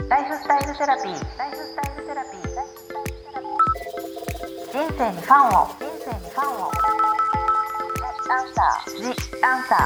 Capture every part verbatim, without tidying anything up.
ライフスタイルセラピー。ライフスタイルセラピー。人生にファンを。人生にファンを。アンサー。ジアンサ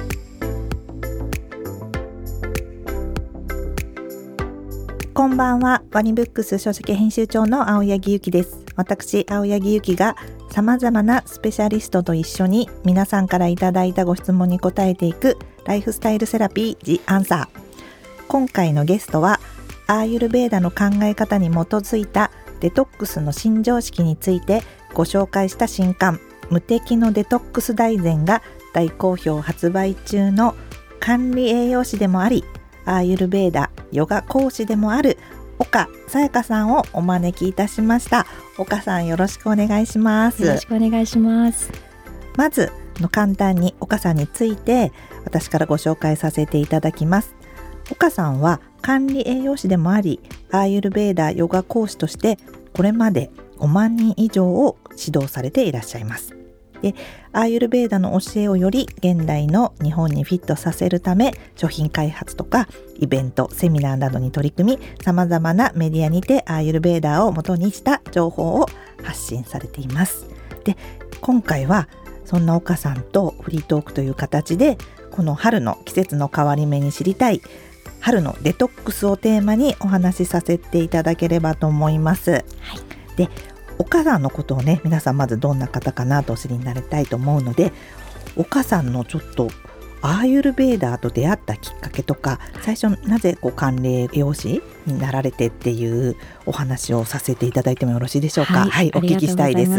ー。こんばんは。ワニブックス書籍編集長の青柳ゆきです。私、青柳ゆきが様々なスペシャリストと一緒に皆さんからいただいたご質問に答えていくライフスタイルセラピージアンサー。今回のゲストはアーユルベーダの考え方に基づいたデトックスの新常識についてご紹介した新刊無敵のデトックス大全が大好評発売中の管理栄養士でもありアーユルベーダヨガ講師でもある岡さやかさんをお招きいたしました。岡さん、よろしくお願いします。 よろしくお願いします。 まずの簡単に岡さんについて私からご紹介させていただきます。岡さんは管理栄養士でもありアーユルベーダヨガ講師としてこれまでごまんにん以上を指導されていらっしゃいます。でアーユルベーダの教えをより現代の日本にフィットさせるため商品開発とかイベントセミナーなどに取り組み様々なメディアにてアーユルベーダを元にした情報を発信されています。で今回はそんな岡さんとフリートークという形でこの春の季節の変わり目に知りたい春のデトックスをテーマにお話しさせていただければと思います、はい、で岡さんのことをね皆さんまずどんな方かなとお知りになりたいと思うので岡さんのちょっとアーユルベーダーと出会ったきっかけとか最初なぜこう管理栄養士になられてっていうお話をさせていただいてもよろしいでしょうか。はい、はい、お聞きしたいです。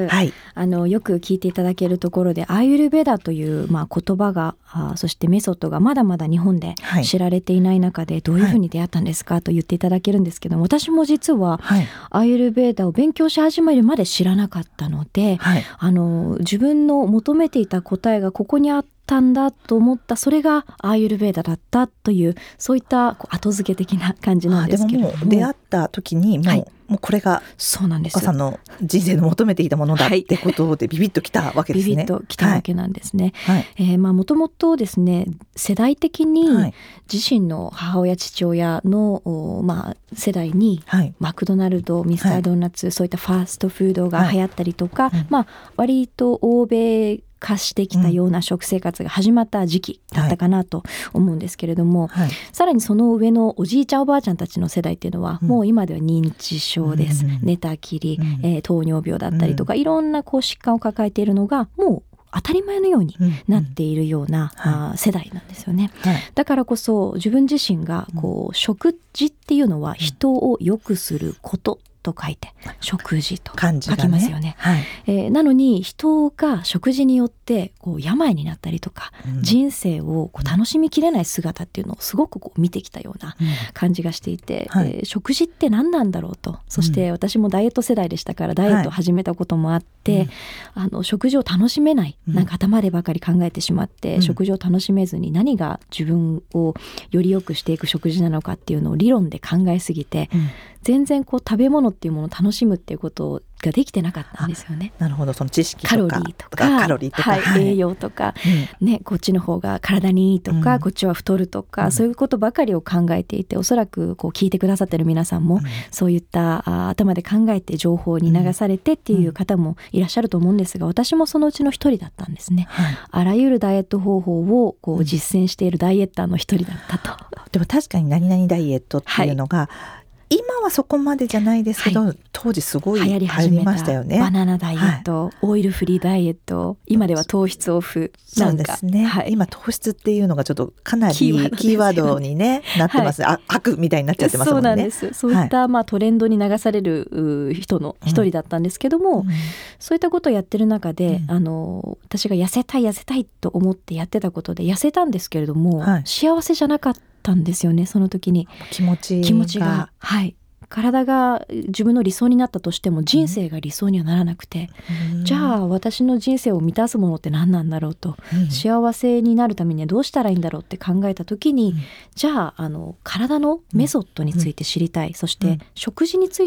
はい、 あのよく聞いていただけるところでアーユルベーダーという、まあ、言葉があそしてメソッドがまだまだ日本で知られていない中でどういうふうに出会ったんですか、はい、と言っていただけるんですけど私も実は、はい、アーユルベーダーを勉強し始めるまで知らなかったので、はい、あの自分の求めていた答えがここにあったんだと思ったそれがアーユルベーダだったというそういった後付け的な感じなんですけれども、 でももう出会った時にもう、はい、もうこれが岡さんの人生の求めていたものだってことでビビッときたわけですね。 ビビッときたわけなんですね。もともとですね世代的に自身の母親父親の、まあ、世代に、はい、マクドナルドミスタードーナツ、はい、そういったファーストフードが流行ったりとか、はいまあ、割と欧米化してきたような食生活が始まった時期だったかなと思うんですけれども、はいはい、さらにその上のおじいちゃんおばあちゃんたちの世代っていうのは、うん、もう今では認知症です、うん、寝たきり、うんえー、糖尿病だったりとか、うん、いろんなこう疾患を抱えているのがもう当たり前のようになっているような、うん、世代なんですよね、はい、だからこそ自分自身がこう、うん、食事っていうのは人を良くすることと書いて食事と書きますよね、はいえー、なのに人が食事によってこう病になったりとか、うん、人生をこう楽しみきれない姿っていうのをすごくこう見てきたような感じがしていて、うんはいえー、食事って何なんだろうとそして私もダイエット世代でしたからダイエットを始めたこともあって、はい、あの食事を楽しめない、うん、なんか頭でばかり考えてしまって、うん、食事を楽しめずに何が自分をより良くしていく食事なのかっていうのを理論で考えすぎて、うん全然こう食べ物っていうものを楽しむっていうことができてなかったんですよね。 なるほど、その知識とかカロリーとかカロリーとか、 はいはい、栄養とか、うんね、こっちの方が体にいいとか、うん、こっちは太るとか、うん、そういうことばかりを考えていておそらくこう聞いてくださってる皆さんも、うん、そういったあ頭で考えて情報に流されてっていう方もいらっしゃると思うんですが私もそのうちの一人だったんですね、はい、あらゆるダイエット方法をこう実践しているダイエッターの一人だったと、 うん、でも確かに何々ダイエットっていうのが、はい今はそこまでじゃないですけど、はい、当時すごい流行り始めましたよね。 バナナダイエット、はい、オイルフリーダイエット今では糖質オフなんかそうですね、はい、今糖質っていうのがちょっとかなりキーワード、ね、キーワードに、ね、なってます、はい、悪みたいになっちゃってますもんね。 そうなんです。そういった、まあ、トレンドに流される人の一人だったんですけども、うん、そういったことをやってる中で、うん、あの私が痩せたい痩せたいと思ってやってたことで痩せたんですけれども、はい、幸せじゃなかったんですよね。その時に気持ちが気持ちがはい体が自分の理想になったとしても人生が理想にはならなくて、うん、じゃあ私の人生を満たすものって何なんだろうと、うん、幸せになるためにはどうしたらいいんだろうって考えた時に、うん、じゃあ、あの体のメソッドについて知りたい、うん、そして食事について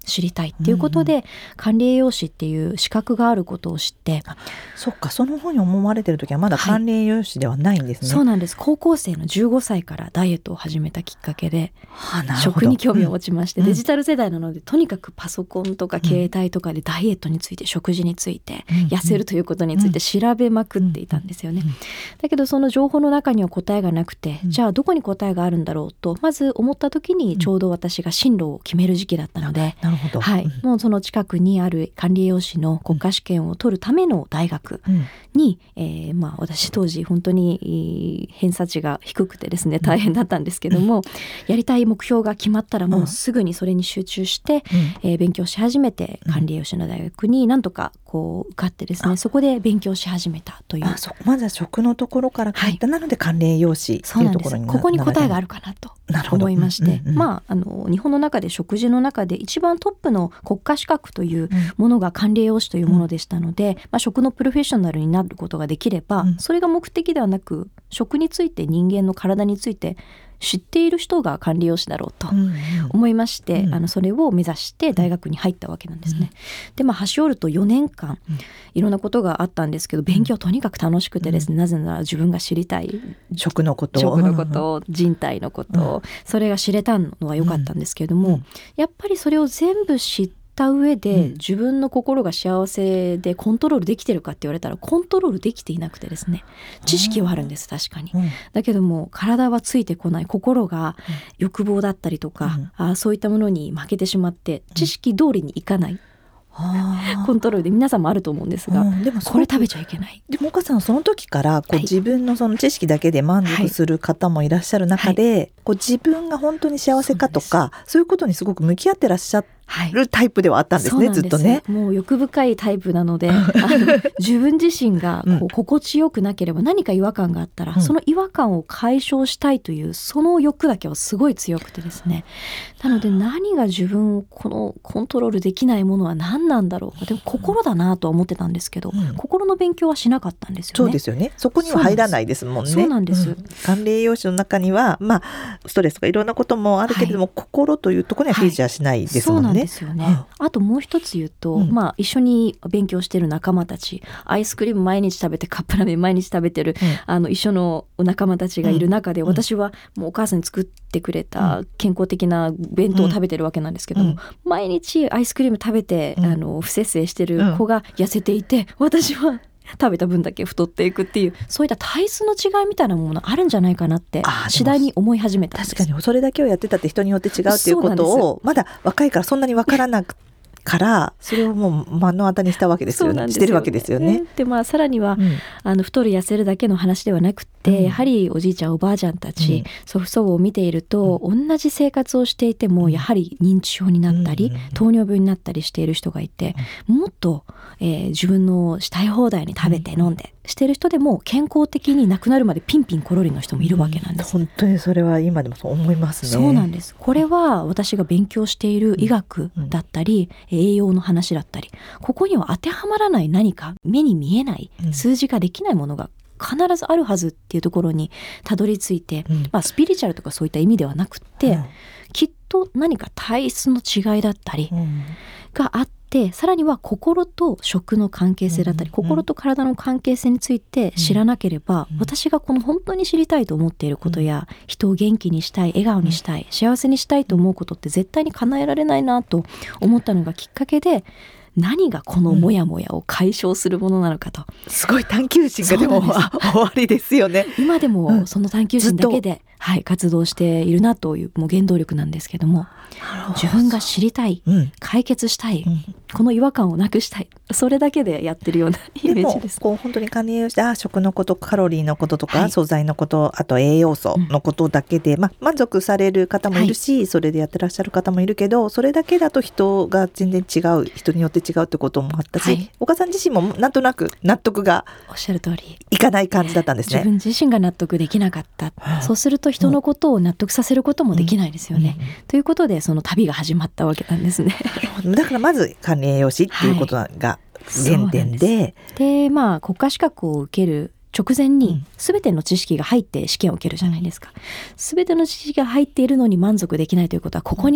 知りたいっていうことで、うんうん、管理栄養士っていう資格があることを知って。 そっか、そのふうに思われてる時はまだ管理栄養士ではないんですね、 はい、そうなんです。高校生のじゅうごさいからダイエットを始めたきっかけで、 はあ、 食に興味を持ちまして、うん、デジタル世代なのでとにかくパソコンとか携帯とかでダイエットについて、食事について、うん、痩せるということについて調べまくっていたんですよね、うんうん、だけどその情報の中には答えがなくて、うん、じゃあどこに答えがあるんだろうとまず思った時に、ちょうど私が進路を決める時期だったので、 うん、なるほど、 はい、もうその近くにある管理栄養士の国家試験を取るための大学に、うんえーまあ、私当時本当に偏差値が低くてですね大変だったんですけども、うん、やりたい目標が決まったらもうすぐにそれに集中して、うんえー、勉強し始めて、管理栄養士の大学になんとかこう受かってですね、そこで勉強し始めたという。 あ、そまずは食のところから入った、はい、なので管理栄養士っていうところになここに答えがあるかなと思いまして、 うんうんうん、 まあ、あの日本の中で食事の中で一番トップの国家資格というものが管理栄養士というものでしたので、うんまあ、食のプロフェッショナルになることができれば、うん、それが目的ではなく食について人間の体について知っている人が管理栄養士だろうと思いまして、うんうん、あのそれを目指して大学に入ったわけなんですね、うん、でまあ端折るとよねんかんいろんなことがあったんですけど、勉強とにかく楽しくてですね、うん、なぜなら自分が知りたい食のこと食のこと人体のこと、うん、それが知れたのは良かったんですけれども、うん、やっぱりそれを全部知ってた上で、うん、自分の心が幸せでコントロールできてるかって言われたらコントロールできていなくてですね、知識はあるんです確かに、うん、だけども体はついてこない、心が欲望だったりとか、うん、あそういったものに負けてしまって知識通りにいかない、うん、コントロールで皆さんもあると思うんですが、うん、でもこれ食べちゃいけない。 でも岡さんその時からこう、はい、自分のその知識だけで満足する方もいらっしゃる中で、はい、こう自分が本当に幸せかとか そ, そういうことにすごく向き合ってらっしゃってるタイプではあったんですね、はい、ずっとね。 もう欲深いタイプなのであの自分自身がこう心地よくなければ何か違和感があったら、うん、その違和感を解消したいというその欲だけはすごい強くてですね、なので何が自分をこのコントロールできないものは何なんだろうか、でも心だなとは思ってたんですけど、うん、心の勉強はしなかったんですよね。 そうですよね、そこには入らないですもんね。 そうなんです、うん、 管理栄養士の中には、まあ、ストレスとかいろんなこともあるけれども、はい、心というところにはフィーチャーしないですもんね、はい、そうなんですよね、うん、あともう一つ言うと、うんまあ、一緒に勉強している仲間たち、アイスクリーム毎日食べてカップラーメン毎日食べてる、うん、あの一緒の仲間たちがいる中で、うん、私はもうお母さんに作ってくれた健康的な弁当を食べてるわけなんですけども、うん、毎日アイスクリーム食べて、うん、あの不摂生してる子が痩せていて、私は食べた分だけ太っていくっていう、そういった体質の違いみたいなものあるんじゃないかなって次第に思い始めたんです。 確かにそれだけをやってたって人によって違うっていうことをまだ若いからそんなに分からなくてからそれをもう目の当たりにしたわけですよね。してるわけですよね。 で、まあ、さらには、うん、あの太る痩せるだけの話ではなくて、うん、やはりおじいちゃんおばあちゃんたち、うん、祖父祖母を見ていると、うん、同じ生活をしていてもやはり認知症になったり、うん、糖尿病になったりしている人がいて、うん、もっと、えー、自分のしたい放題に食べて飲んで、している人でも健康的に亡くなるまでピンピンコロリの人もいるわけなんです、 うん、本当にそれは今でもそう思いますね。 そうなんです。これは私が勉強している医学だったり、うん、栄養の話だったり、ここには当てはまらない何か目に見えない数字ができないものが必ずあるはずっていうところにたどり着いて、うんまあ、スピリチュアルとかそういった意味ではなくて、うん、きっと何か体質の違いだったりがあって、でさらには心と食の関係性だったり、うん、心と体の関係性について知らなければ、うん、私がこの本当に知りたいと思っていることや、うん、人を元気にしたい、笑顔にしたい、幸せにしたいと思うことって絶対に叶えられないなと思ったのがきっかけで、何がこのモヤモヤを解消するものなのかと、 うん、すごい探求心がでも終わりですよね。 今でもその探求心だけで、はい、活動しているなというもう原動力なんですけども、自分が知りたい、うん、解決したい、うん、この違和感をなくしたい、それだけでやってるようなイメージです。 でもこう本当に管理栄養士であ食のこと、カロリーのこととか、はい、素材のこと、あと栄養素のことだけで、うんまあ、満足される方もいるし、はい、それでやってらっしゃる方もいるけど、それだけだと人が全然違う、人によって違うってこともあったし、はい、岡さん自身もなんとなく納得がおっしゃる通りいかない感じだったんですね。 自分自身が納得できなかった、うん、そうすると人のことを納得させることもできないですよね、うんうん、ということでその旅が始まったわけなんですね。 だからまず管理栄養士っていうことが原点で、はい、 でまあ国家資格を受ける直前に全ての知識が入って試験を受けるじゃないですか。全ての知識が入っているのに満足できないということは、ここに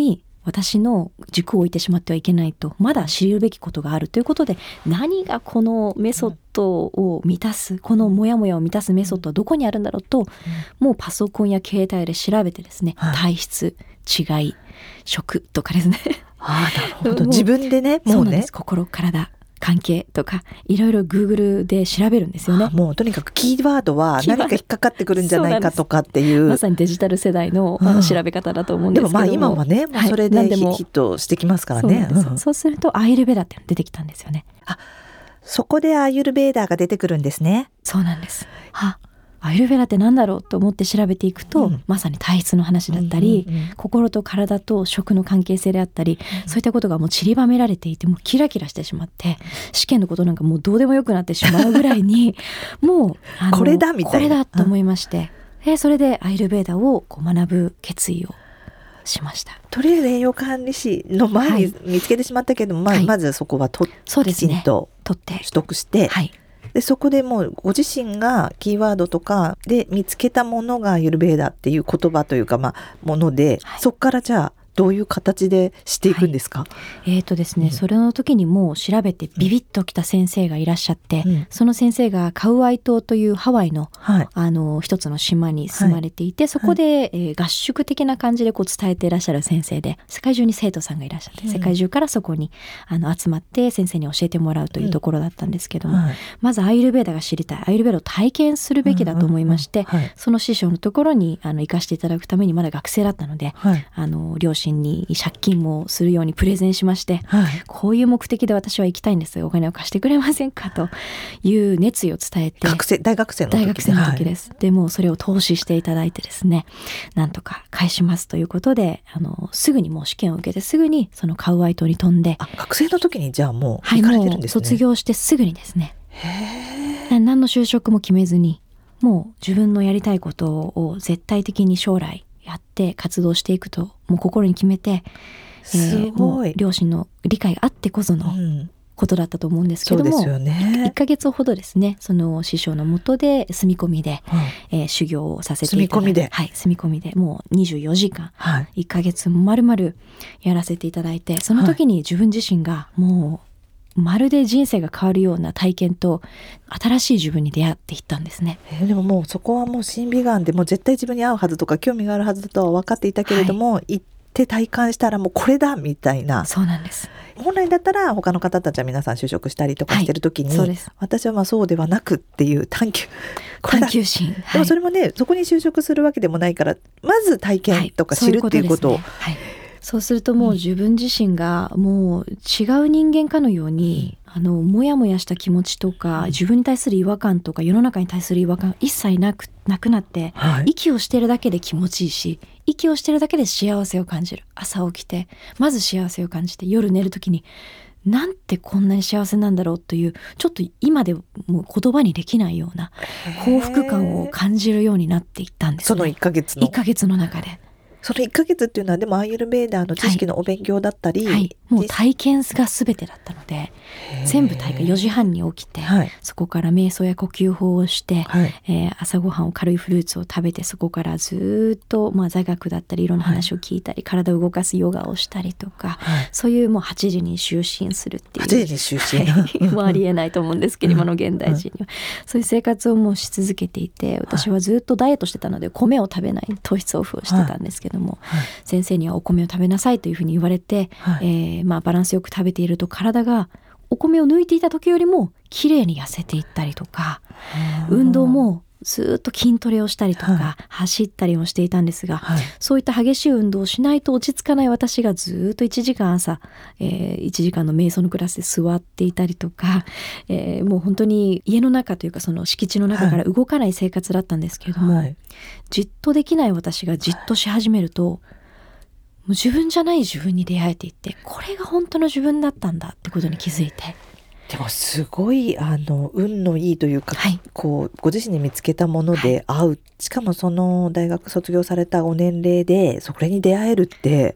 私の軸を置いてしまってはいけないと、まだ知るべきことがあるということで、何がこのメソッドを満たす、このモヤモヤを満たすメソッドはどこにあるんだろうと、もうパソコンや携帯で調べてですね、はい、体質、違い、食とかですね。 ああ、なるほど。自分でね、もうね。 そうなんです。心、体、関係とかいろいろ Google で調べるんですよね。 もうとにかくキーワードは何か引っかかってくるんじゃないかとかっていう、 まさにデジタル世代 の,、うん、あの調べ方だと思うんですけども、 でもまあ今はね、もうそれでヒットしてきますからね。 そう、うん、そうするとアーユルベーダって出てきたんですよね。 あ、そこでアーユルベーダが出てくるんですね。 そうなんです。はアーユルベーダって何だろうと思って調べていくと、うん、まさに体質の話だったり、うんうんうん、心と体と食の関係性であったり、うん、そういったことがもう散りばめられていて、もうキラキラしてしまって、試験のことなんかもうどうでもよくなってしまうぐらいにもうあのこれだみたいな、 これだと思いまして、うん、えそれでアーユルベーダをこう学ぶ決意をしました。 とりあえず栄養管理士の前に見つけてしまったけど、はい、まあ、まずそこはと、はい、きちんと取得して、はい、でそこでもうご自身がキーワードとかで見つけたものがアーユルベーダっていう言葉というか、まあ、もので、はい、そこからじゃあどういう形でしていくんですか？はい、 えーとですね、うん、それの時にもう調べてビビッときた先生がいらっしゃって、うん、その先生がカウアイ島というハワイ の,、はい、あの一つの島に住まれていて、はい、そこで、はい、えー、合宿的な感じでこう伝えていらっしゃる先生で、世界中に生徒さんがいらっしゃって、うん、世界中からそこにあの集まって先生に教えてもらうというところだったんですけども、うん、はい、まずアーユルベーダが知りたい、アーユルベーダを体験するべきだと思いまして、うんうんうん、はい、その師匠のところにあの行かせていただくためにまだ学生だったので、はい、あの両親に借金もするようにプレゼンしまして、はい、こういう目的で私は行きたいんです、お金を貸してくれませんかという熱意を伝えて、 学生大学生の時、 大学生の時です、はい、でもそれを投資していただいてですね、なんとか返しますということで、あのすぐにもう試験を受けてすぐにそのカウアイ島に飛んで、 あ、学生の時にじゃあもう行かれてるんですね。はい、もう卒業してすぐにですね、へー、何の就職も決めずに、もう自分のやりたいことを絶対的に将来やって活動していくともう心に決めて、 すごい、 えー、両親の理解があってこそのことだったと思うんですけども、うん、そうですよね、いっかげつほどですね、その師匠の下で住み込みで、うん、えー、修行をさせていただいて、住み込みで、はい、住み込みでもうにじゅうよじかん、はい、いっかげつ丸々やらせていただいて、その時に自分自身がもうまるで人生が変わるような体験と新しい自分に出会っていったんですね。 えー、でももうそこはもう審美眼でもう絶対自分に合うはずとか興味があるはずとは分かっていたけれども、はい、行って体感したらもうこれだみたいな。 そうなんです。 本来だったら他の方たちは皆さん就職したりとかしてる時に、はい、そうです。私はまあそうではなくっていう探求探求心、はい、 でもそれもね、そこに就職するわけでもないから、まず体験とか知るっていうことを、はい、そういうことですね。はい、 そうするともう自分自身がもう違う人間かのように、うん、あのもやもやした気持ちとか、自分に対する違和感とか世の中に対する違和感一切なくなくなって、はい、息をしてるだけで気持ちいいし、息をしてるだけで幸せを感じる。朝起きてまず幸せを感じて、夜寝る時になんてこんなに幸せなんだろうという、ちょっと今でも言葉にできないような幸福感を感じるようになっていったんですね。 そのいっかげつのいっかげつの中で。 そのいっかげつっていうのはでもアーユルベーダーの知識のお勉強だったり、 はいはい、もう体験が全てだったので、全部体験、よじはんに起きて、はい、そこから瞑想や呼吸法をして、はい、えー、朝ごはんを軽いフルーツを食べて、そこからずっと、まあ、座学だったりいろんな話を聞いたり、はい、体を動かすヨガをしたりとか、はい、そういうもうはちじに就寝するっていう、 はちじに就寝、 はい、もうありえないと思うんですけど、今の現代人には、そういう生活をもうし続けていて、私はずっとダイエットしてたので米を食べない、糖質オフをしてたんですけども、はいはい、先生にはお米を食べなさいというふうに言われて、はい、えーまあ、バランスよく食べていると体がお米を抜いていた時よりも綺麗に痩せていったりとか、運動もずっと筋トレをしたりとか、はい、走ったりもしていたんですが、はい、そういった激しい運動をしないと落ち着かない私がずっといちじかん朝、えー、いちじかんの瞑想のクラスで座っていたりとか、えー、もう本当に家の中というかその敷地の中から動かない生活だったんですけれども、はい、じっとできない私がじっとし始めると、もう自分じゃない自分に出会えていって、これが本当の自分だったんだってことに気づいて。 でもすごいあの運のいいというか、はい、こうご自身に見つけたもので会う、はい、しかもその大学卒業されたご年齢でそれに出会えるって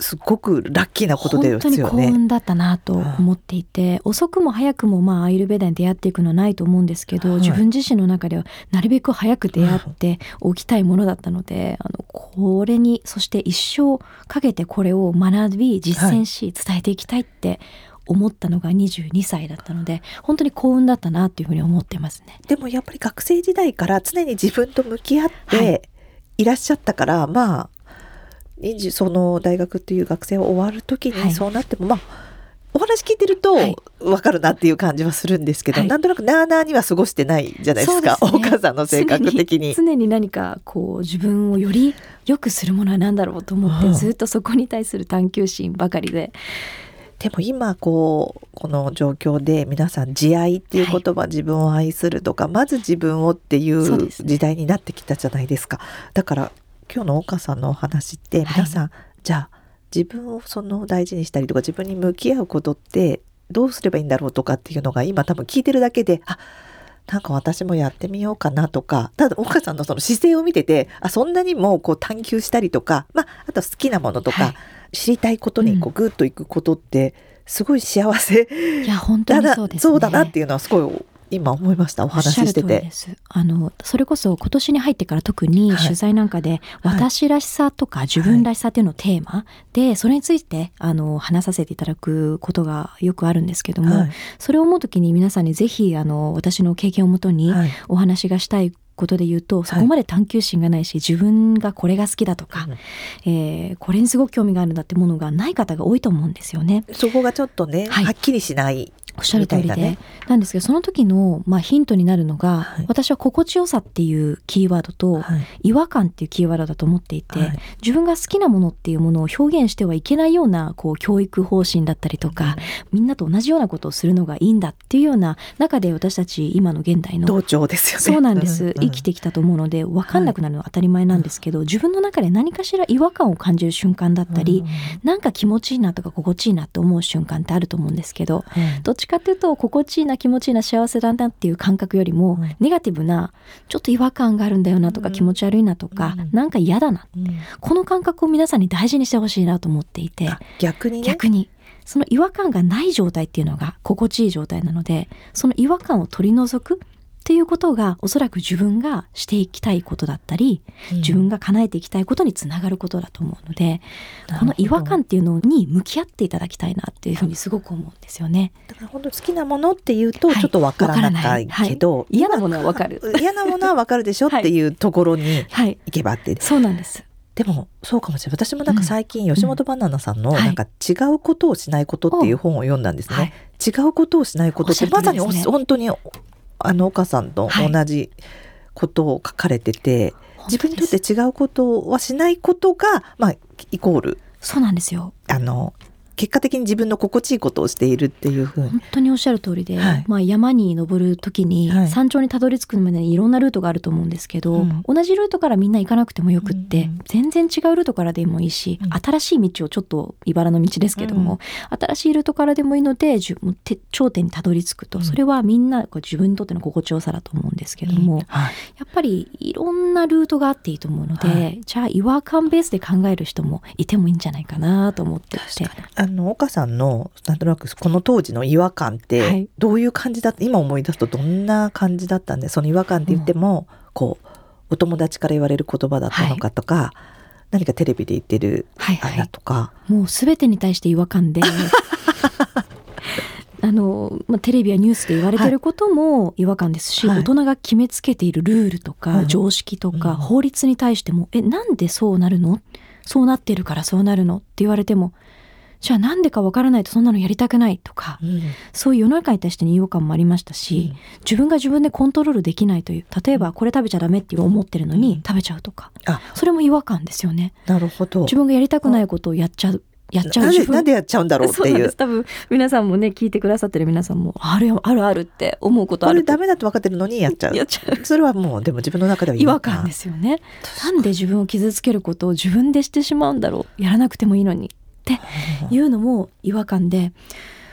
すごくラッキーなことですよね。 本当に幸運だったなと思っていて、うん、遅くも早くもまあアーユルヴェーダに出会っていくのはないと思うんですけど、はい、自分自身の中ではなるべく早く出会っておきたいものだったので、うん、あのこれにそして一生かけてこれを学び実践し伝えていきたいって思ったのがにじゅうにさいだったので、本当に幸運だったなというふうに思ってますね。 でもやっぱり学生時代から常に自分と向き合っていらっしゃったから、はい、まあその大学っていう学生を終わる時にそうなっても、はい、まあお話聞いてると分かるなっていう感じはするんですけど、はい、なんとなくなあなあには過ごしてないじゃないですか。そうですね、お母さんの性格的に常に、常に何かこう自分をより良くするものは何だろうと思って、うん、ずっとそこに対する探求心ばかりで。 でも今こうこの状況で皆さん自愛っていう言葉、はい、自分を愛するとかまず自分をっていう時代になってきたじゃないですか。だから今日の岡さんのお話って皆さん、はい、じゃあ自分をその大事にしたりとか自分に向き合うことってどうすればいいんだろうとかっていうのが今多分聞いてるだけで、あ、なんか私もやってみようかなとか、ただ岡さんのその姿勢を見てて、あ、そんなにもこう探求したりとか、まあ、あと好きなものとか、はい、知りたいことにこうグッといくことってすごい幸せ、 うん、いや本当にそうですね。 そうだなっていうのはすごい今思いました。お話ししてて。 あのそれこそ今年に入ってから特に取材なんかで、はい、私らしさとか自分らしさっていうのをテーマ、はい、でそれについてあの話させていただくことがよくあるんですけども、はい、それを思うときに皆さんにぜひあの私の経験をもとにお話がしたいことで言うと、はい、そこまで探求心がないし自分がこれが好きだとか、はい、えー、これにすごく興味があるんだってものがない方が多いと思うんですよね。 そこがちょっとね、はい、はっきりしないおっしゃる通りで、ね、なんですけどその時の、まあ、ヒントになるのが、はい、私は心地よさっていうキーワードと、はい、違和感っていうキーワードだと思っていて、はい、自分が好きなものっていうものを表現してはいけないようなこう教育方針だったりとか、うん、みんなと同じようなことをするのがいいんだっていうような中で私たち今の現代の同調ですよね。 そうなんです、うん、生きてきたと思うので分かんなくなるのは当たり前なんですけど、はい、自分の中で何かしら違和感を感じる瞬間だったり、うん、なんか気持ちいいなとか心地いいなって思う瞬間ってあると思うんですけど、うん、どっちかっていうと心地いいな気持ちいいな幸せだなっていう感覚よりも、うん、ネガティブなちょっと違和感があるんだよなとか、うん、気持ち悪いなとか、うん、なんか嫌だな、うん、この感覚を皆さんに大事にしてほしいなと思っていて、 逆にね、 逆にその違和感がない状態っていうのが心地いい状態なので、その違和感を取り除くっていうことがおそらく自分がしていきたいことだったり、うん、自分が叶えていきたいことにつながることだと思うので、この違和感っていうのに向き合っていただきたいなっていうふうにすごく思うんですよね。 だから本当好きなものっていうとちょっとわからないけど、 はい、嫌なものはわかる嫌なものはわかるでしょっていうところに行けばって、はいはい、 そうなんです。 でもそうかもしれない。私もなんか最近、うん、吉本バナナさんのなんか違うことをしないことっていう本を読んだんですね、はい、違うことをしないことってまさに本当にあの岡さんと同じことを書かれてて、はい、自分にとって違うことはしないことが、まあ、イコールそうなんですよ。 あの結果的に自分の心地いいことをしているっていうふうに本当におっしゃる通りで、はい、まあ、山に登る時に山頂にたどり着くまでにいろんなルートがあると思うんですけど、うん、同じルートからみんな行かなくてもよくって、うん、全然違うルートからでもいいし、うん、新しい道をちょっと茨の道ですけども、うん、新しいルートからでもいいので頂点にたどり着くと、それはみんな自分にとっての心地よさだと思うんですけども、うん、はい、やっぱりいろんなルートがあっていいと思うので、はい、じゃあ違和感ベースで考える人もいてもいいんじゃないかなと思っていて、 あの岡さんのなんとなくこの当時の違和感ってどういう感じだった、はい、今思い出すとどんな感じだったんで、その違和感って言っても、うん、こうお友達から言われる言葉だったのかとか、はい、何かテレビで言ってるあれだとか、 はいはい、もう全てに対して違和感であの、まあ、テレビやニュースで言われてることも違和感ですし、はい、大人が決めつけているルールとか、はい、常識とか、うん、法律に対してもえなんでそうなるの、そうなってるからそうなるのって言われても、じゃあなんでかわからないとそんなのやりたくないとか、うん、そういう世の中に対しての違和感もありましたし、うん、自分が自分でコントロールできないという、例えばこれ食べちゃダメって思ってるのに食べちゃうとか、うん、それも違和感ですよね。 なるほど。 自分がやりたくないことをやっちゃうやっちゃう自分なんでやっちゃうんだろうっていう。そうなんです。 多分皆さんもね、聞いてくださってる皆さんもあるあるあるって思うことある。 これダメだと分かってるのにやっちゃう。やっちゃう。それはもうでも自分の中では違和感ですよね。なんで自分を傷つけることを自分でしてしまうんだろう、やらなくてもいいのにっていうのも違和感で、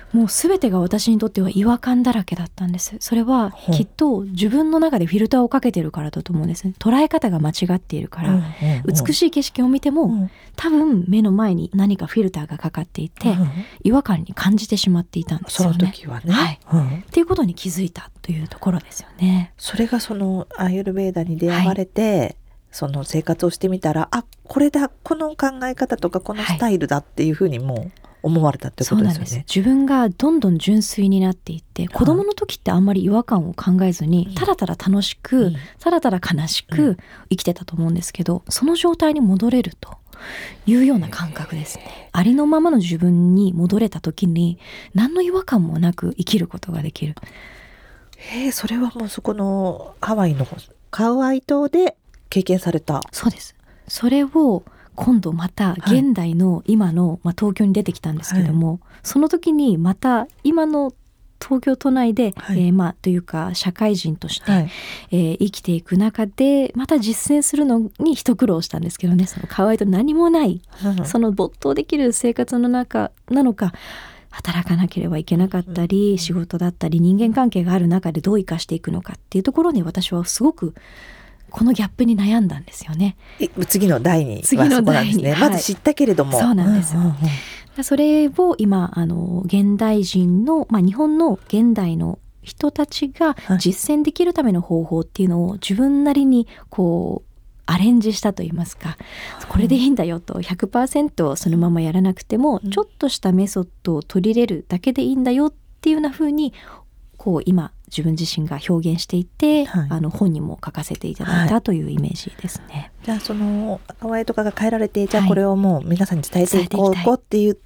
もう全てが私にとっては違和感だらけだったんです。それはきっと自分の中でフィルターをかけてるからだと思うんです。捉え方が間違っているから、うんうんうん、美しい景色を見ても、うん、多分目の前に何かフィルターがかかっていて、うん、違和感に感じてしまっていたんですよね。 その時はね、 はい、うん、っていうことに気づいたというところですよね。 それがそのアーユルヴェーダに出会われて、はい、その生活をしてみたら、あ、これだ、この考え方とかこのスタイルだっていうふうにもう思われたってことですよね。そうなんです。 自分がどんどん純粋になっていって、子供の時ってあんまり違和感を考えずに、はい、ただただ楽しく、うん、ただただ悲しく生きてたと思うんですけど、その状態に戻れるというような感覚ですね。ありのままの自分に戻れた時に何の違和感もなく生きることができる。 へえ、それはもうそこのハワイのカウアイ島で経験された。 そうです。それを今度また現代の今の、はい、まあ、東京に出てきたんですけども、はい、その時にまた今の東京都内で、はい、えー、まあというか社会人として、はい、えー、生きていく中でまた実践するのに一苦労したんですけどね。その可愛いと何もない、うん、その没頭できる生活の中なのか、働かなければいけなかったり、うん、仕事だったり人間関係がある中でどう生かしていくのかっていうところに私はすごくこのギャップに悩んだんですよね。 次の代にはそこなんですね。まず知ったけれども、 そうなんです、うんうんうん、それを今あの現代人の、まあ、日本の現代の人たちが実践できるための方法っていうのを自分なりにこうアレンジしたといいますか、これでいいんだよと ひゃくパーセント そのままやらなくても、ちょっとしたメソッドを取り入れるだけでいいんだよっていうような風にこう今自分自身が表現していて、はい、あの本にも書かせていただいたというイメージですね。はい、 じゃあそのハワイとかが変えられて、じゃあこれをもう皆さんに伝えていこうって言って、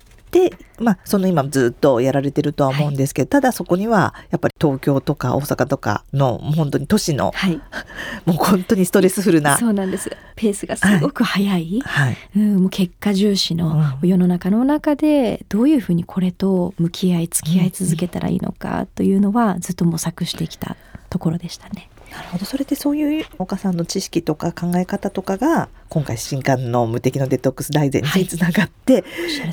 まあ、その今ずっとやられてるとは思うんですけど、はい、ただそこにはやっぱり東京とか大阪とかの本当に都市の、はい、もう本当にストレスフルな、 そうなんです。ペースがすごく速い、はい、うん、もう結果重視の世の中の中でどういうふうにこれと向き合い付き合い続けたらいいのかというのはずっと模索してきたところでしたね。 なるほど。それでそういう岡さんの知識とか考え方とかが今回新刊の無敵のデトックス大全につながって、はい、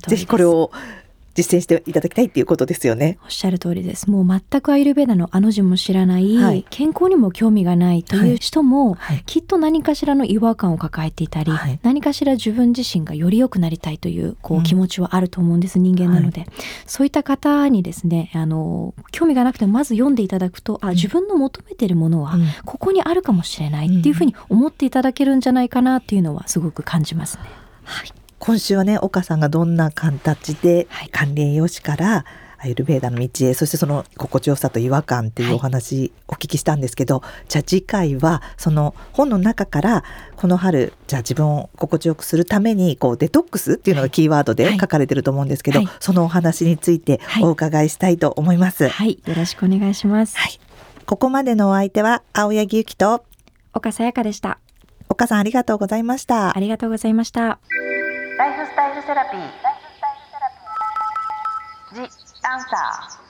ぜひこれを実践していただきたいっていうことですよね。 おっしゃる通りです。もう全くアイルベーダのあの字も知らない、はい、健康にも興味がないという人も、はい、きっと何かしらの違和感を抱えていたり、はい、何かしら自分自身がより良くなりたいという、こう気持ちはあると思うんです、うん、人間なので、はい、そういった方にですね、あの興味がなくてもまず読んでいただくと、あ、自分の求めているものはここにあるかもしれないっていうふうに思っていただけるんじゃないかなっていうのはすごく感じますね。 はい、今週はね、岡さんがどんな形で管理栄養士からアイルベーダの道へ、そしてその心地よさと違和感っていうお話お聞きしたんですけど、はい、じゃあ次回はその本の中からこの春、じゃあ自分を心地よくするためにこうデトックスっていうのがキーワードで書かれてると思うんですけど、はいはい、そのお話についてお伺いしたいと思います。 はい、はい、よろしくお願いします。 はい、ここまでのお相手は青柳ゆきと岡さやかでした。 岡さん、ありがとうございました。 ありがとうございました。 ライフスタイルセラピー、ジ・アンサー。